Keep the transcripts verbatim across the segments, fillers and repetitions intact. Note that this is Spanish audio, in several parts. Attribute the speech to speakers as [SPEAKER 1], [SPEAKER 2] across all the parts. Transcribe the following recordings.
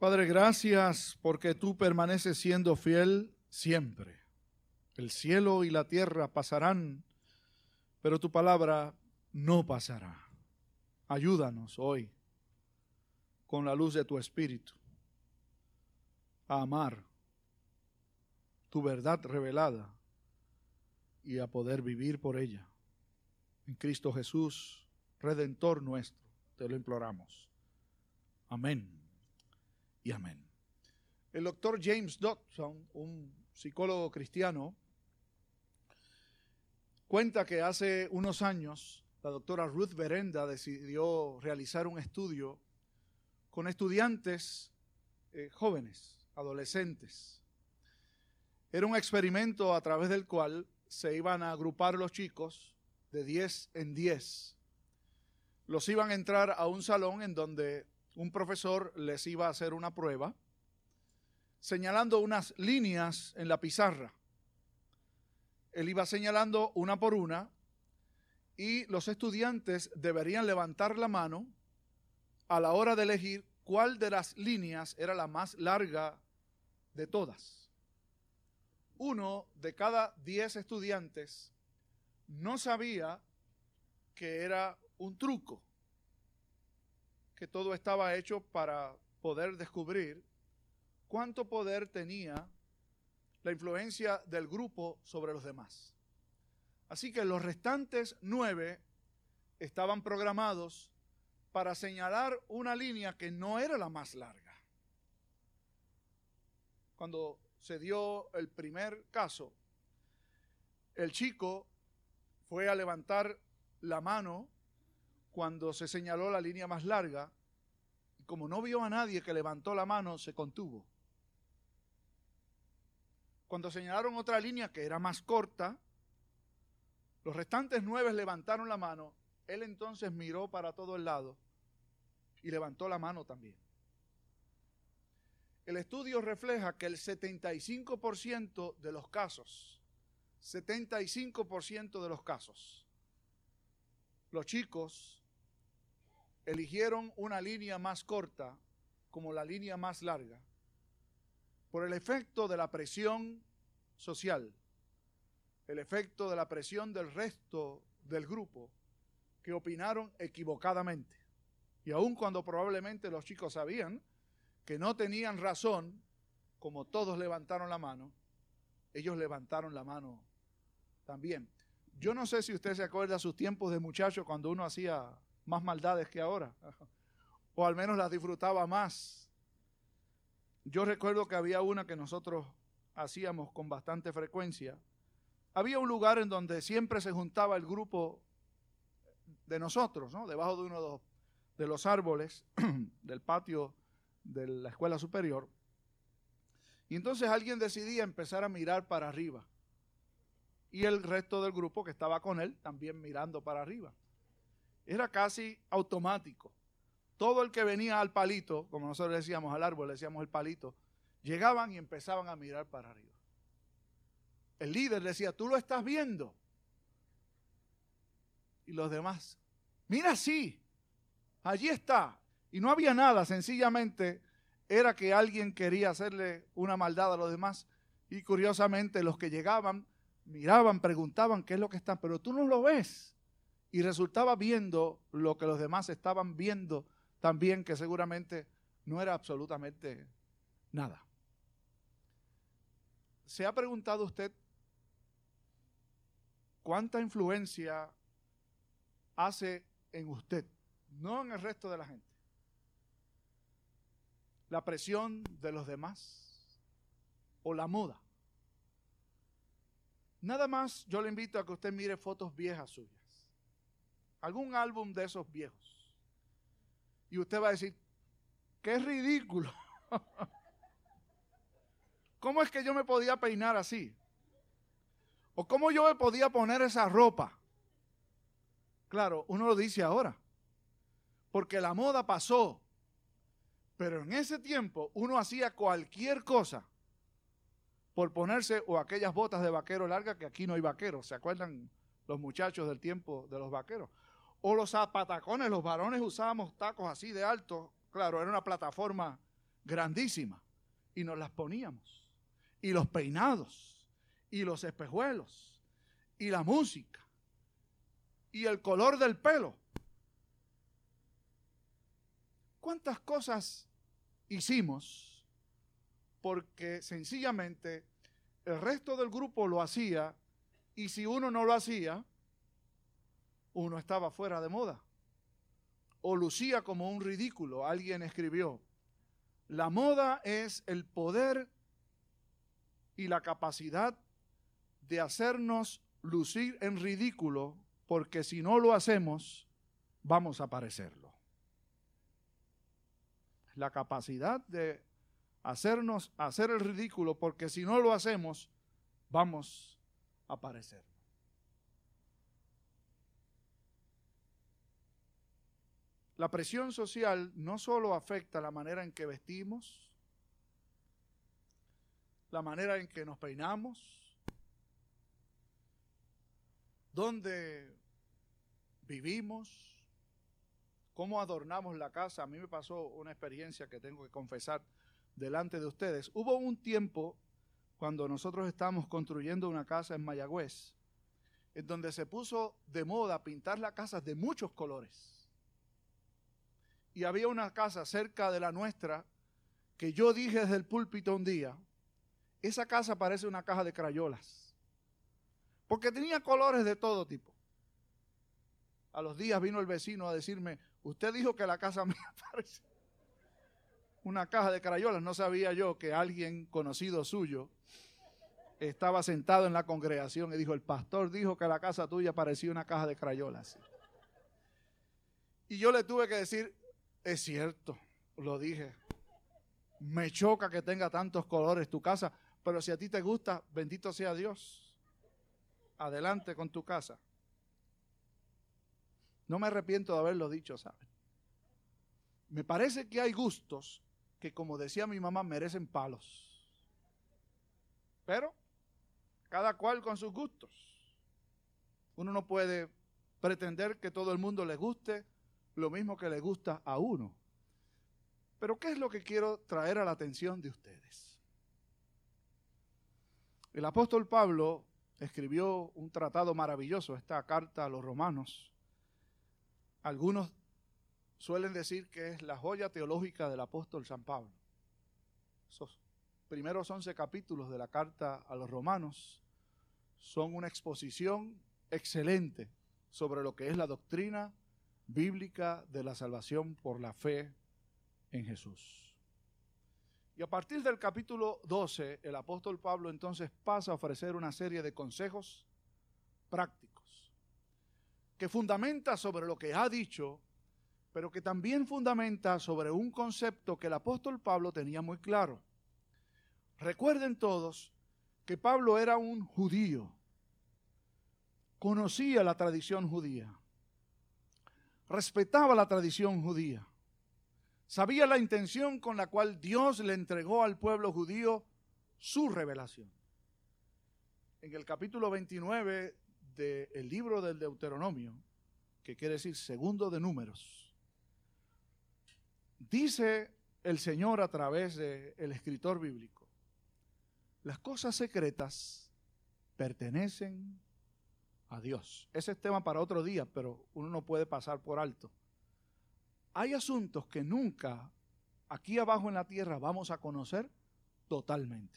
[SPEAKER 1] Padre, gracias porque tú permaneces siendo fiel siempre. El cielo y la tierra pasarán, pero tu palabra no pasará. Ayúdanos hoy, con la luz de tu Espíritu, a amar tu verdad revelada y a poder vivir por ella. En Cristo Jesús, Redentor nuestro, te lo imploramos. Amén y amén. El doctor James Dobson, un psicólogo cristiano, cuenta que hace unos años la doctora Ruth Berenda decidió realizar un estudio con estudiantes eh, jóvenes, adolescentes. Era un experimento a través del cual se iban a agrupar los chicos de diez en diez. Los iban a entrar a un salón en donde un profesor les iba a hacer una prueba, señalando unas líneas en la pizarra. Él iba señalando una por una y los estudiantes deberían levantar la mano a la hora de elegir cuál de las líneas era la más larga de todas. Uno de cada diez estudiantes no sabía que era un truco, que todo estaba hecho para poder descubrir cuánto poder tenía la influencia del grupo sobre los demás. Así que los restantes nueve estaban programados para señalar una línea que no era la más larga. Cuando se dio el primer caso, el chico fue a levantar la mano cuando se señaló la línea más larga, y como no vio a nadie que levantó la mano, se contuvo. Cuando señalaron otra línea que era más corta, los restantes nueve levantaron la mano. Él entonces miró para todo el lado y levantó la mano también. El estudio refleja que el setenta y cinco por ciento de los casos, setenta y cinco por ciento de los casos, los chicos eligieron una línea más corta como la línea más larga por el efecto de la presión social, el efecto de la presión del resto del grupo que opinaron equivocadamente. Y aun cuando probablemente los chicos sabían que no tenían razón, como todos levantaron la mano, ellos levantaron la mano también. Yo no sé si usted se acuerda de sus tiempos de muchacho cuando uno hacía más maldades que ahora, o al menos las disfrutaba más. Yo recuerdo que había una que nosotros hacíamos con bastante frecuencia. Había un lugar en donde siempre se juntaba el grupo de nosotros, ¿no? Debajo de uno de los, de los árboles del patio de la escuela superior. Y entonces alguien decidía empezar a mirar para arriba. Y el resto del grupo que estaba con él también mirando para arriba. Era casi automático. Todo el que venía al palito, como nosotros le decíamos al árbol, le decíamos el palito, llegaban y empezaban a mirar para arriba. El líder decía, ¿tú lo estás viendo? Y los demás, mira, sí, allí está. Y no había nada, sencillamente era que alguien quería hacerle una maldad a los demás. Y curiosamente los que llegaban, miraban, preguntaban qué es lo que están, pero tú no lo ves. Y resultaba viendo lo que los demás estaban viendo también, que seguramente no era absolutamente nada. ¿Se ha preguntado usted cuánta influencia hace en usted, no en el resto de la gente, la presión de los demás o la moda? Nada más yo le invito a que usted mire fotos viejas suyas, algún álbum de esos viejos, y usted va a decir, qué ridículo. ¿Cómo es que yo me podía peinar así? ¿O cómo yo me podía poner esa ropa? Claro, uno lo dice ahora, porque la moda pasó, pero en ese tiempo uno hacía cualquier cosa por ponerse o aquellas botas de vaquero largas, que aquí no hay vaqueros, ¿se acuerdan los muchachos del tiempo de los vaqueros? O los zapatacones, los varones usábamos tacos así de alto, claro, era una plataforma grandísimas, y nos las poníamos, y los peinados, y los espejuelos, y la música, y el color del pelo. ¿Cuántas cosas hicimos porque sencillamente el resto del grupo lo hacía, y si uno no lo hacía, uno estaba fuera de moda o lucía como un ridículo? Alguien escribió: la moda es el poder y la capacidad de hacernos lucir en ridículo, porque si no lo hacemos, vamos a parecerlo. La capacidad de hacernos hacer el ridículo, porque si no lo hacemos, vamos a parecerlo. La presión social no solo afecta la manera en que vestimos, la manera en que nos peinamos, dónde vivimos, cómo adornamos la casa. A mí me pasó una experiencia que tengo que confesar delante de ustedes. Hubo un tiempo cuando nosotros estábamos construyendo una casa en Mayagüez, en donde se puso de moda pintar las casas de muchos colores. Y había una casa cerca de la nuestra que yo dije desde el púlpito un día: esa casa parece una caja de crayolas, porque tenía colores de todo tipo. A los días vino el vecino a decirme: usted dijo que la casa mía parece una caja de crayolas. No sabía yo que alguien conocido suyo estaba sentado en la congregación y dijo: el pastor dijo que la casa tuya parecía una caja de crayolas. Y yo le tuve que decir: es cierto, lo dije. Me choca que tenga tantos colores tu casa, pero si a ti te gusta, bendito sea Dios. Adelante con tu casa. No me arrepiento de haberlo dicho, ¿sabes? Me parece que hay gustos que, como decía mi mamá, merecen palos. Pero cada cual con sus gustos. Uno no puede pretender que todo el mundo le guste lo mismo que le gusta a uno. Pero ¿qué es lo que quiero traer a la atención de ustedes? El apóstol Pablo escribió un tratado maravilloso, esta carta a los romanos. Algunos suelen decir que es la joya teológica del apóstol San Pablo. Esos primeros once capítulos de la carta a los romanos son una exposición excelente sobre lo que es la doctrina bíblica de la salvación por la fe en Jesús. Y a partir del capítulo doce, el apóstol Pablo entonces pasa a ofrecer una serie de consejos prácticos que fundamenta sobre lo que ha dicho, pero que también fundamenta sobre un concepto que el apóstol Pablo tenía muy claro. Recuerden todos que Pablo era un judío, conocía la tradición judía, respetaba la tradición judía, sabía la intención con la cual Dios le entregó al pueblo judío su revelación. En el capítulo veintinueve del libro del Deuteronomio, que quiere decir segundo de Números, dice el Señor a través del escritor bíblico: las cosas secretas pertenecen a Dios. Ese es tema para otro día, pero uno no puede pasar por alto. Hay asuntos que nunca aquí abajo en la tierra vamos a conocer totalmente.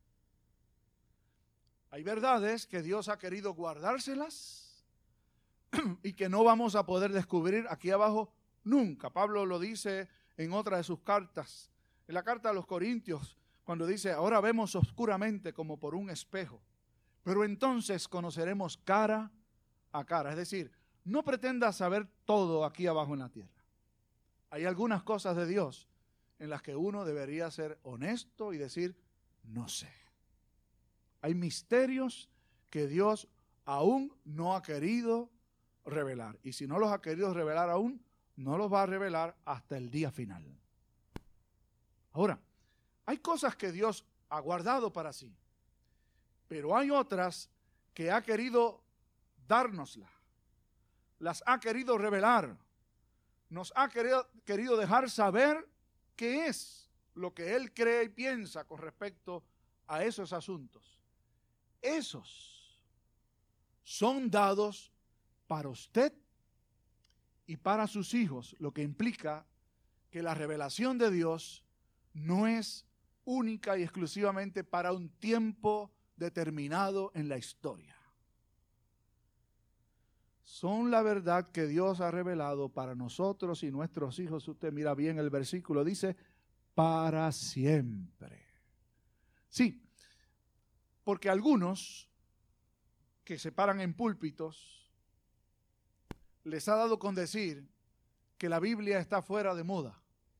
[SPEAKER 1] Hay verdades que Dios ha querido guardárselas y que no vamos a poder descubrir aquí abajo nunca. Pablo lo dice en otra de sus cartas, en la carta a los Corintios, cuando dice: ahora vemos oscuramente como por un espejo, pero entonces conoceremos cara a cara. Es decir, no pretendas saber todo aquí abajo en la tierra. Hay algunas cosas de Dios en las que uno debería ser honesto y decir: no sé. Hay misterios que Dios aún no ha querido revelar. Y si no los ha querido revelar aún, no los va a revelar hasta el día final. Ahora, hay cosas que Dios ha guardado para sí, pero hay otras que ha querido dárnoslas, las ha querido revelar, nos ha querido, querido dejar saber qué es lo que él cree y piensa con respecto a esos asuntos. Esos son dados para usted y para sus hijos, lo que implica que la revelación de Dios no es única y exclusivamente para un tiempo determinado en la historia. Son la verdad que Dios ha revelado para nosotros y nuestros hijos. Usted mira bien el versículo, dice, para siempre. Sí, porque algunos que se paran en púlpitos les ha dado con decir que la Biblia está fuera de moda,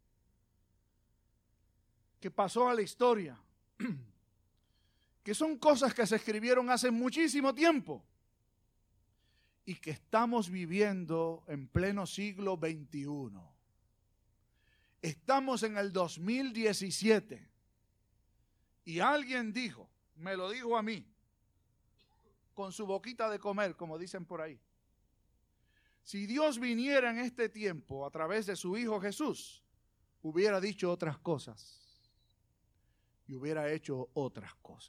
[SPEAKER 1] que pasó a la historia, que son cosas que se escribieron hace muchísimo tiempo y que estamos viviendo en pleno siglo veintiuno. Estamos en el dos mil diecisiete y alguien dijo, me lo dijo a mí, con su boquita de comer, como dicen por ahí. Si Dios viniera en este tiempo a través de su Hijo Jesús, hubiera dicho otras cosas y hubiera hecho otras cosas.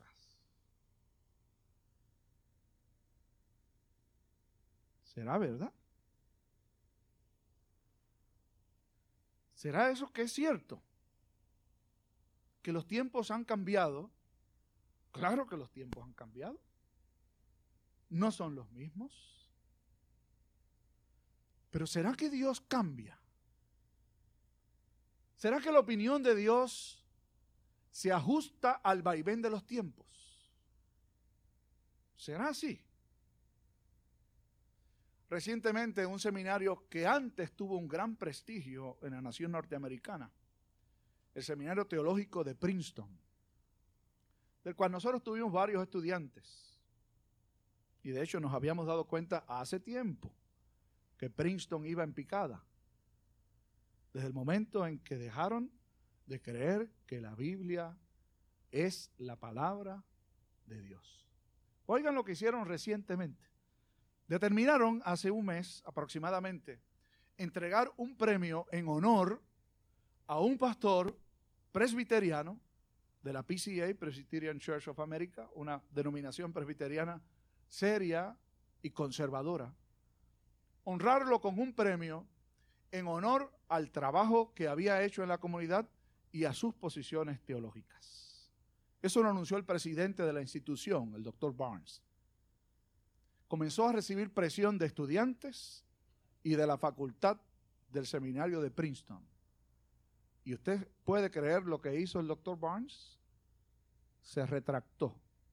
[SPEAKER 1] ¿Será verdad? ¿Será eso que es cierto? ¿Que los tiempos han cambiado? Claro que los tiempos han cambiado. No son los mismos. Pero ¿será que Dios cambia? ¿Será que la opinión de Dios se ajusta al vaivén de los tiempos? ¿Será así? Recientemente, un seminario que antes tuvo un gran prestigio en la nación norteamericana, el Seminario Teológico de Princeton, del cual nosotros tuvimos varios estudiantes. Y de hecho nos habíamos dado cuenta hace tiempo que Princeton iba en picada, desde el momento en que dejaron de creer que la Biblia es la palabra de Dios. Oigan lo que hicieron recientemente. Determinaron hace un mes aproximadamente entregar un premio en honor a un pastor presbiteriano de la P C A, Presbyterian Church of America, una denominación presbiteriana seria y conservadora. Honrarlo con un premio en honor al trabajo que había hecho en la comunidad y a sus posiciones teológicas. Eso lo anunció el presidente de la institución, el doctor Barnes. Comenzó a recibir presión de estudiantes y de la facultad del seminario de Princeton. ¿Y usted puede creer lo que hizo el doctor Barnes? Se retractó.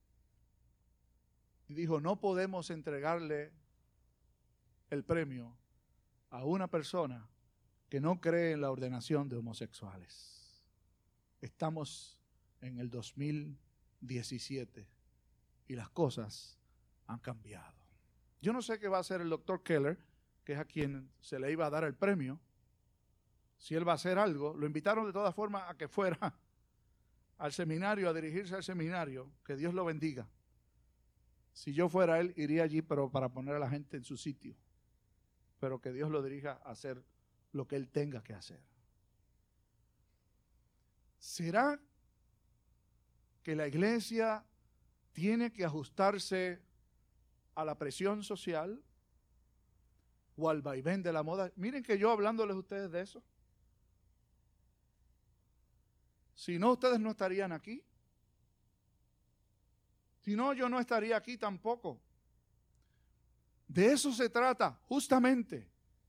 [SPEAKER 1] Y dijo, no podemos entregarle el premio a una persona que no cree en la ordenación de homosexuales. Estamos en el dos mil diecisiete y las cosas han cambiado. Yo no sé qué va a hacer el doctor Keller, que es a quien se le iba a dar el premio. Si él va a hacer algo, lo invitaron de todas formas a que fuera al seminario, a dirigirse al seminario, que Dios lo bendiga. Si yo fuera él, iría allí, pero para poner a la gente en su sitio. Pero que Dios lo dirija a hacer lo que él tenga que hacer. ¿Será que la iglesia tiene que ajustarse a la presión social o al vaivén de la moda? Miren que yo hablándoles a ustedes de eso. Si no, ustedes no estarían aquí. Si no, yo no estaría aquí tampoco. De eso se trata, justamente.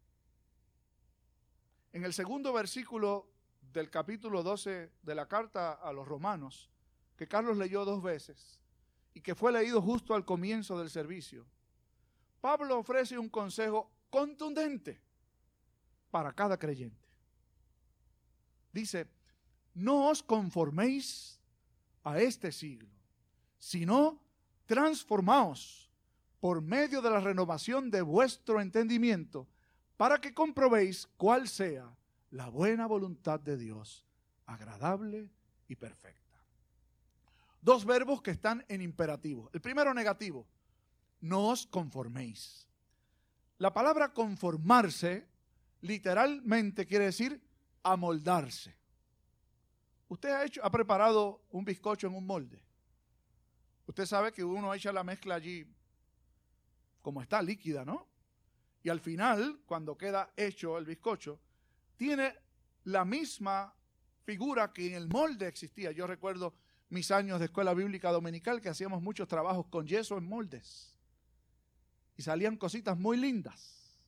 [SPEAKER 1] En el segundo versículo del capítulo doce de la carta a los Romanos, que Carlos leyó dos veces y que fue leído justo al comienzo del servicio, Pablo ofrece un consejo contundente para cada creyente. Dice, no os conforméis a este siglo, sino transformaos por medio de la renovación de vuestro entendimiento, para que comprobéis cuál sea la buena voluntad de Dios, agradable y perfecta. Dos verbos que están en imperativo. El primero negativo, no os conforméis. La palabra conformarse literalmente quiere decir amoldarse. Usted ha hecho, ha preparado un bizcocho en un molde. Usted sabe que uno echa la mezcla allí como está, líquida, ¿no? Y al final, cuando queda hecho el bizcocho, tiene la misma figura que en el molde existía. Yo recuerdo mis años de escuela bíblica dominical que hacíamos muchos trabajos con yeso en moldes. Y salían cositas muy lindas.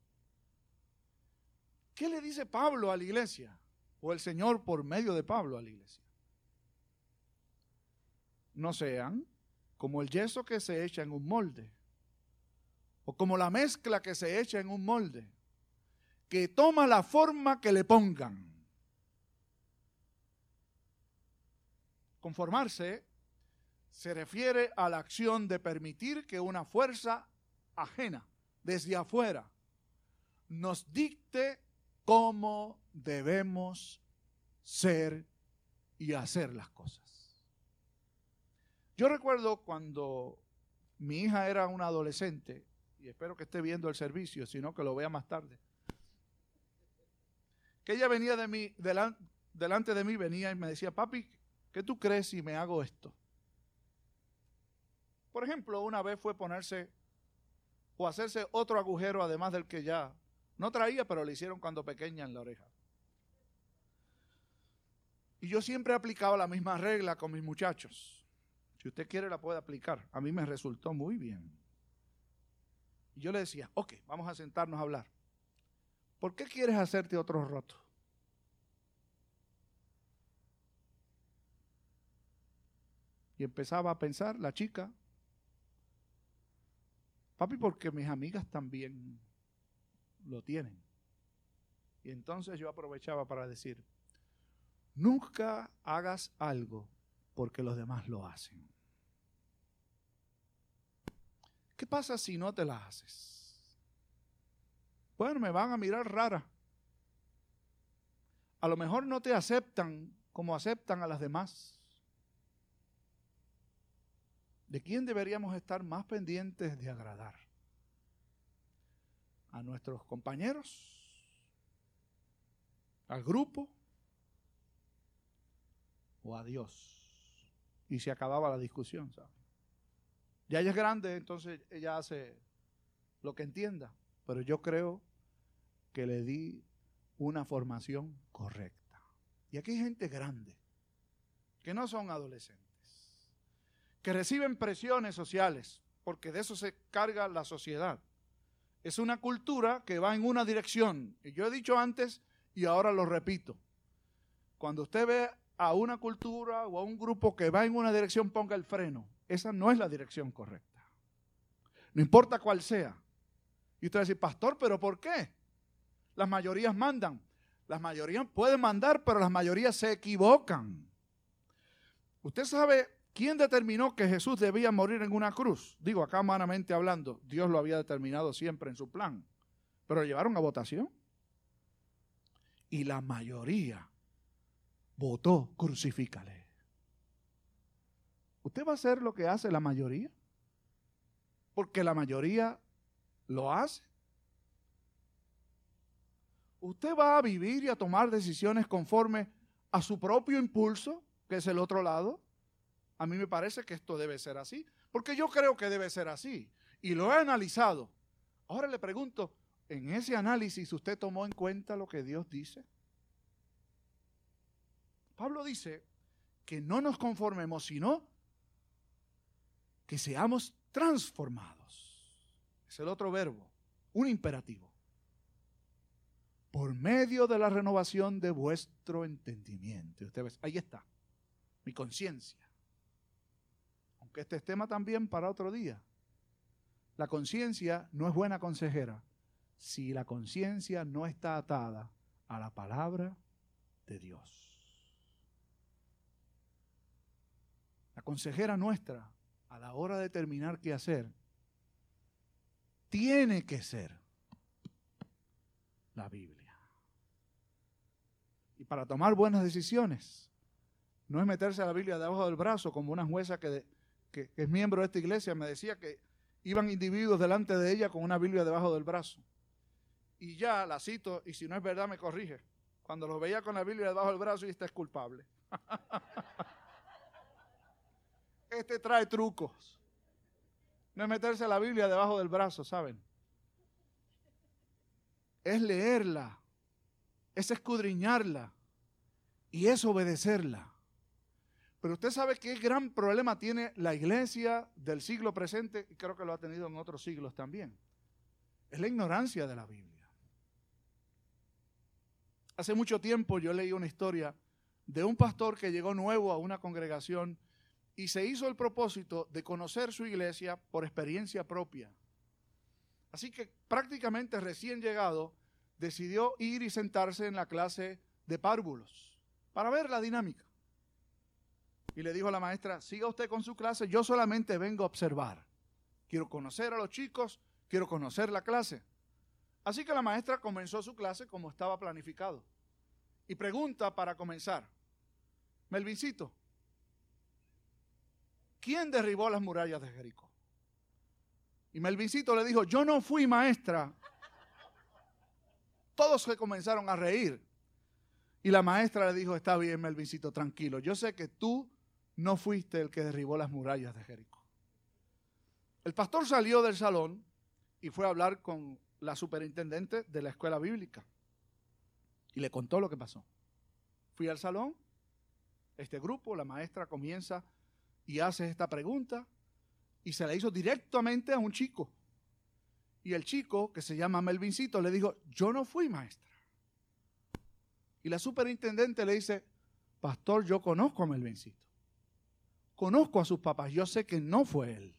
[SPEAKER 1] ¿Qué le dice Pablo a la iglesia? O el Señor por medio de Pablo a la iglesia. No sean como el yeso que se echa en un molde. O como la mezcla que se echa en un molde. Que toma la forma que le pongan. Conformarse se refiere a la acción de permitir que una fuerza ajena, desde afuera, nos dicte cómo debemos ser y hacer las cosas. Yo recuerdo cuando mi hija era una adolescente, y espero que esté viendo el servicio, sino que lo vea más tarde, que ella venía de mí, delante, delante de mí, venía y me decía, papi, ¿qué tú crees si me hago esto? Por ejemplo, una vez fue ponerse o hacerse otro agujero además del que ya no traía, pero le hicieron cuando pequeña en la oreja. Y yo siempre he aplicado la misma regla con mis muchachos. Si usted quiere la puede aplicar. A mí me resultó muy bien. Y yo le decía, ok, vamos a sentarnos a hablar. ¿Por qué quieres hacerte otro roto? Y empezaba a pensar la chica, papi, porque mis amigas también lo tienen. Y entonces yo aprovechaba para decir, nunca hagas algo porque los demás lo hacen. ¿Qué pasa si no te la haces? Bueno, me van a mirar rara. A lo mejor no te aceptan como aceptan a las demás. ¿De quién deberíamos estar más pendientes de agradar? ¿A nuestros compañeros? ¿Al grupo? ¿O a Dios? Y se acababa la discusión, ¿sabes? Ya ella es grande, entonces ella hace lo que entienda. Pero yo creo que le di una formación correcta. Y aquí hay gente grande, que no son adolescentes, que reciben presiones sociales, porque de eso se carga la sociedad. Es una cultura que va en una dirección. Y yo he dicho antes y ahora lo repito. Cuando usted ve a una cultura o a un grupo que va en una dirección, ponga el freno. Esa no es la dirección correcta. No importa cuál sea. Y usted va a decir, pastor, ¿pero por qué? Las mayorías mandan. Las mayorías pueden mandar, pero las mayorías se equivocan. Usted sabe quién determinó que Jesús debía morir en una cruz. Digo, acá humanamente hablando, Dios lo había determinado siempre en su plan. Pero lo llevaron a votación. Y la mayoría votó, crucifícale. ¿Usted va a hacer lo que hace la mayoría? Porque la mayoría lo hace. ¿Usted va a vivir y a tomar decisiones conforme a su propio impulso, que es el otro lado? A mí me parece que esto debe ser así, porque yo creo que debe ser así. Y lo he analizado. Ahora le pregunto, ¿en ese análisis usted tomó en cuenta lo que Dios dice? Pablo dice que no nos conformemos, sino que seamos transformados. Es el otro verbo, un imperativo. Por medio de la renovación de vuestro entendimiento. Usted ve, ahí está, mi conciencia. Aunque este es tema también para otro día. La conciencia no es buena consejera si la conciencia no está atada a la palabra de Dios. La consejera nuestra, a la hora de determinar qué hacer, tiene que ser la Biblia. Y para tomar buenas decisiones, no es meterse a la Biblia debajo del brazo, como una jueza que, que, que es miembro de esta iglesia me decía que iban individuos delante de ella con una Biblia debajo del brazo. Y ya la cito, y si no es verdad me corrige. Cuando los veía con la Biblia debajo del brazo, y esta es culpable. Este trae trucos. No es meterse la Biblia debajo del brazo, ¿saben? Es leerla, es escudriñarla y es obedecerla. Pero usted sabe qué gran problema tiene la iglesia del siglo presente, y creo que lo ha tenido en otros siglos también. Es la ignorancia de la Biblia. Hace mucho tiempo yo leí una historia de un pastor que llegó nuevo a una congregación y se hizo el propósito de conocer su iglesia por experiencia propia. Así que prácticamente recién llegado decidió ir y sentarse en la clase de párvulos para ver la dinámica. Y le dijo a la maestra, siga usted con su clase, yo solamente vengo a observar. Quiero conocer a los chicos, quiero conocer la clase. Así que la maestra comenzó su clase como estaba planificado. Y pregunta para comenzar, Melvincito, ¿quién derribó las murallas de Jericó? Y Melvincito le dijo, yo no fui, maestra. Todos se comenzaron a reír. Y la maestra le dijo, está bien, Melvincito, tranquilo. Yo sé que tú no fuiste el que derribó las murallas de Jericó. El pastor salió del salón y fue a hablar con la superintendente de la escuela bíblica. Y le contó lo que pasó. Fui al salón, este grupo, la maestra comienza y hace esta pregunta y se la hizo directamente a un chico. Y el chico, que se llama Melvincito, le dijo, yo no fui, maestra. Y la superintendente le dice, pastor, yo conozco a Melvincito. Conozco a sus papás, yo sé que no fue él.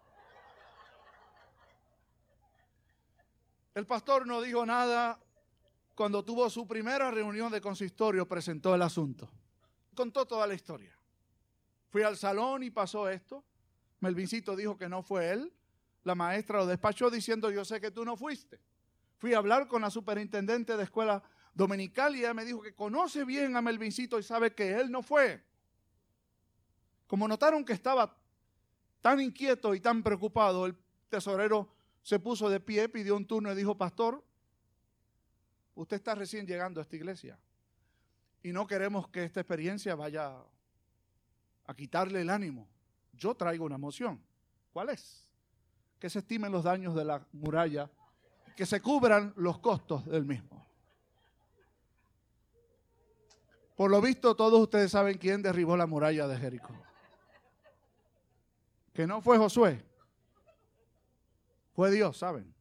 [SPEAKER 1] El pastor no dijo nada. Cuando tuvo su primera reunión de consistorio, presentó el asunto. Contó toda la historia. Fui al salón y pasó esto. Melvincito dijo que no fue él. La maestra lo despachó diciendo, yo sé que tú no fuiste. Fui a hablar con la superintendente de escuela dominical y ella me dijo que conoce bien a Melvincito y sabe que él no fue. Como notaron que estaba tan inquieto y tan preocupado, el tesorero se puso de pie, pidió un turno y dijo, pastor, usted está recién llegando a esta iglesia y no queremos que esta experiencia vaya a quitarle el ánimo. Yo traigo una moción. ¿Cuál es? Que se estimen los daños de la muralla, que se cubran los costos del mismo. Por lo visto, todos ustedes saben quién derribó la muralla de Jericó. Que no fue Josué, fue Dios, ¿saben?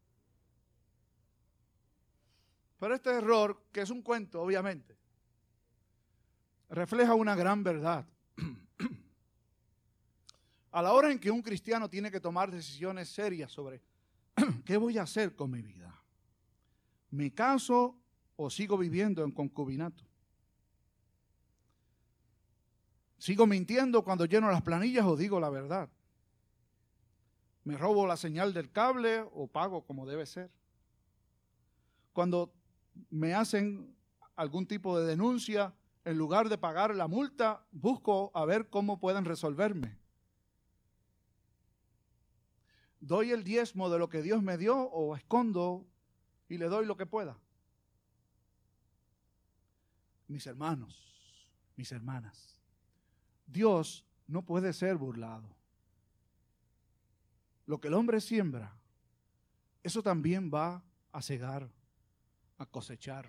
[SPEAKER 1] Pero este error, que es un cuento, obviamente, refleja una gran verdad. A la hora en que un cristiano tiene que tomar decisiones serias sobre ¿qué voy a hacer con mi vida? ¿Me caso o sigo viviendo en concubinato? ¿Sigo mintiendo cuando lleno las planillas o digo la verdad? ¿Me robo la señal del cable o pago como debe ser? Cuando me hacen algún tipo de denuncia, en lugar de pagar la multa, busco a ver cómo pueden resolverme. ¿Doy el diezmo de lo que Dios me dio o escondo y le doy lo que pueda? Mis hermanos, mis hermanas, Dios no puede ser burlado. Lo que el hombre siembra, eso también va a segar, a cosechar.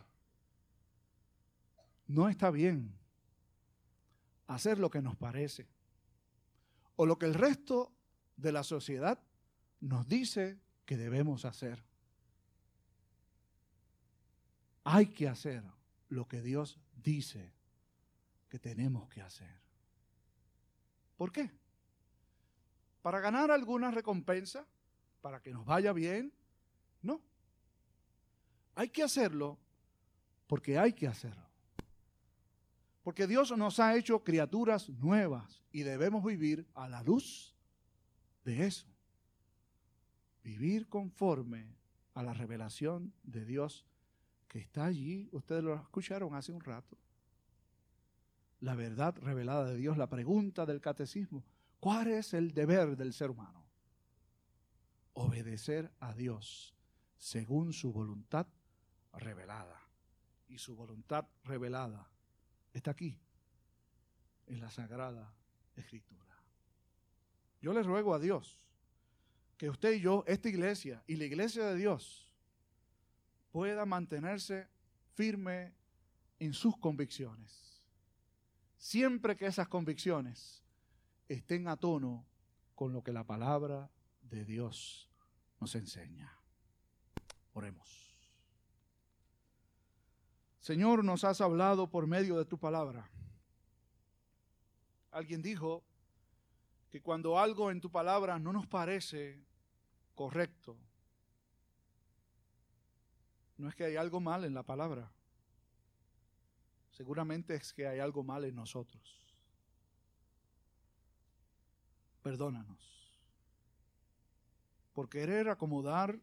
[SPEAKER 1] No está bien hacer lo que nos parece o lo que el resto de la sociedad nos dice que debemos hacer. Hay que hacer lo que Dios dice que tenemos que hacer. ¿Por qué? ¿Para ganar alguna recompensa? ¿Para que nos vaya bien? No. Hay que hacerlo porque hay que hacerlo. Porque Dios nos ha hecho criaturas nuevas y debemos vivir a la luz de eso. Vivir conforme a la revelación de Dios que está allí. Ustedes lo escucharon hace un rato. La verdad revelada de Dios, la pregunta del catecismo. ¿Cuál es el deber del ser humano? Obedecer a Dios según su voluntad revelada. Y su voluntad revelada está aquí, en la Sagrada Escritura. Yo le ruego a Dios que usted y yo, esta iglesia y la iglesia de Dios, pueda mantenerse firme en sus convicciones, siempre que esas convicciones estén a tono con lo que la palabra de Dios nos enseña. Oremos. Señor, nos has hablado por medio de tu palabra. Alguien dijo que cuando algo en tu palabra no nos parece correcto, no es que hay algo mal en la palabra, seguramente es que hay algo mal en nosotros. Perdónanos por querer acomodar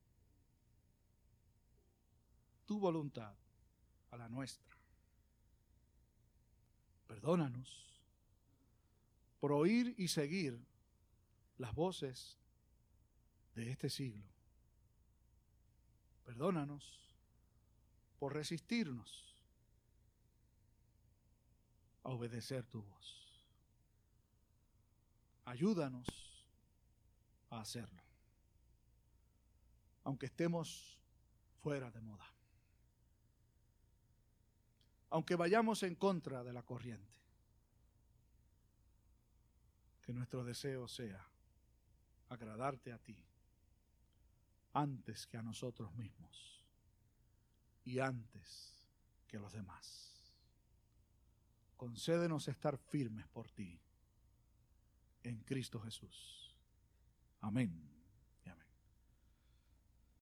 [SPEAKER 1] tu voluntad a la nuestra. Perdónanos por oír y seguir las voces de este siglo. Perdónanos por resistirnos a obedecer tu voz. Ayúdanos a hacerlo, aunque estemos fuera de moda, aunque vayamos en contra de la corriente. Que nuestro deseo sea agradarte a ti antes que a nosotros mismos y antes que a los demás. Concédenos estar firmes por ti en Cristo Jesús. Amén.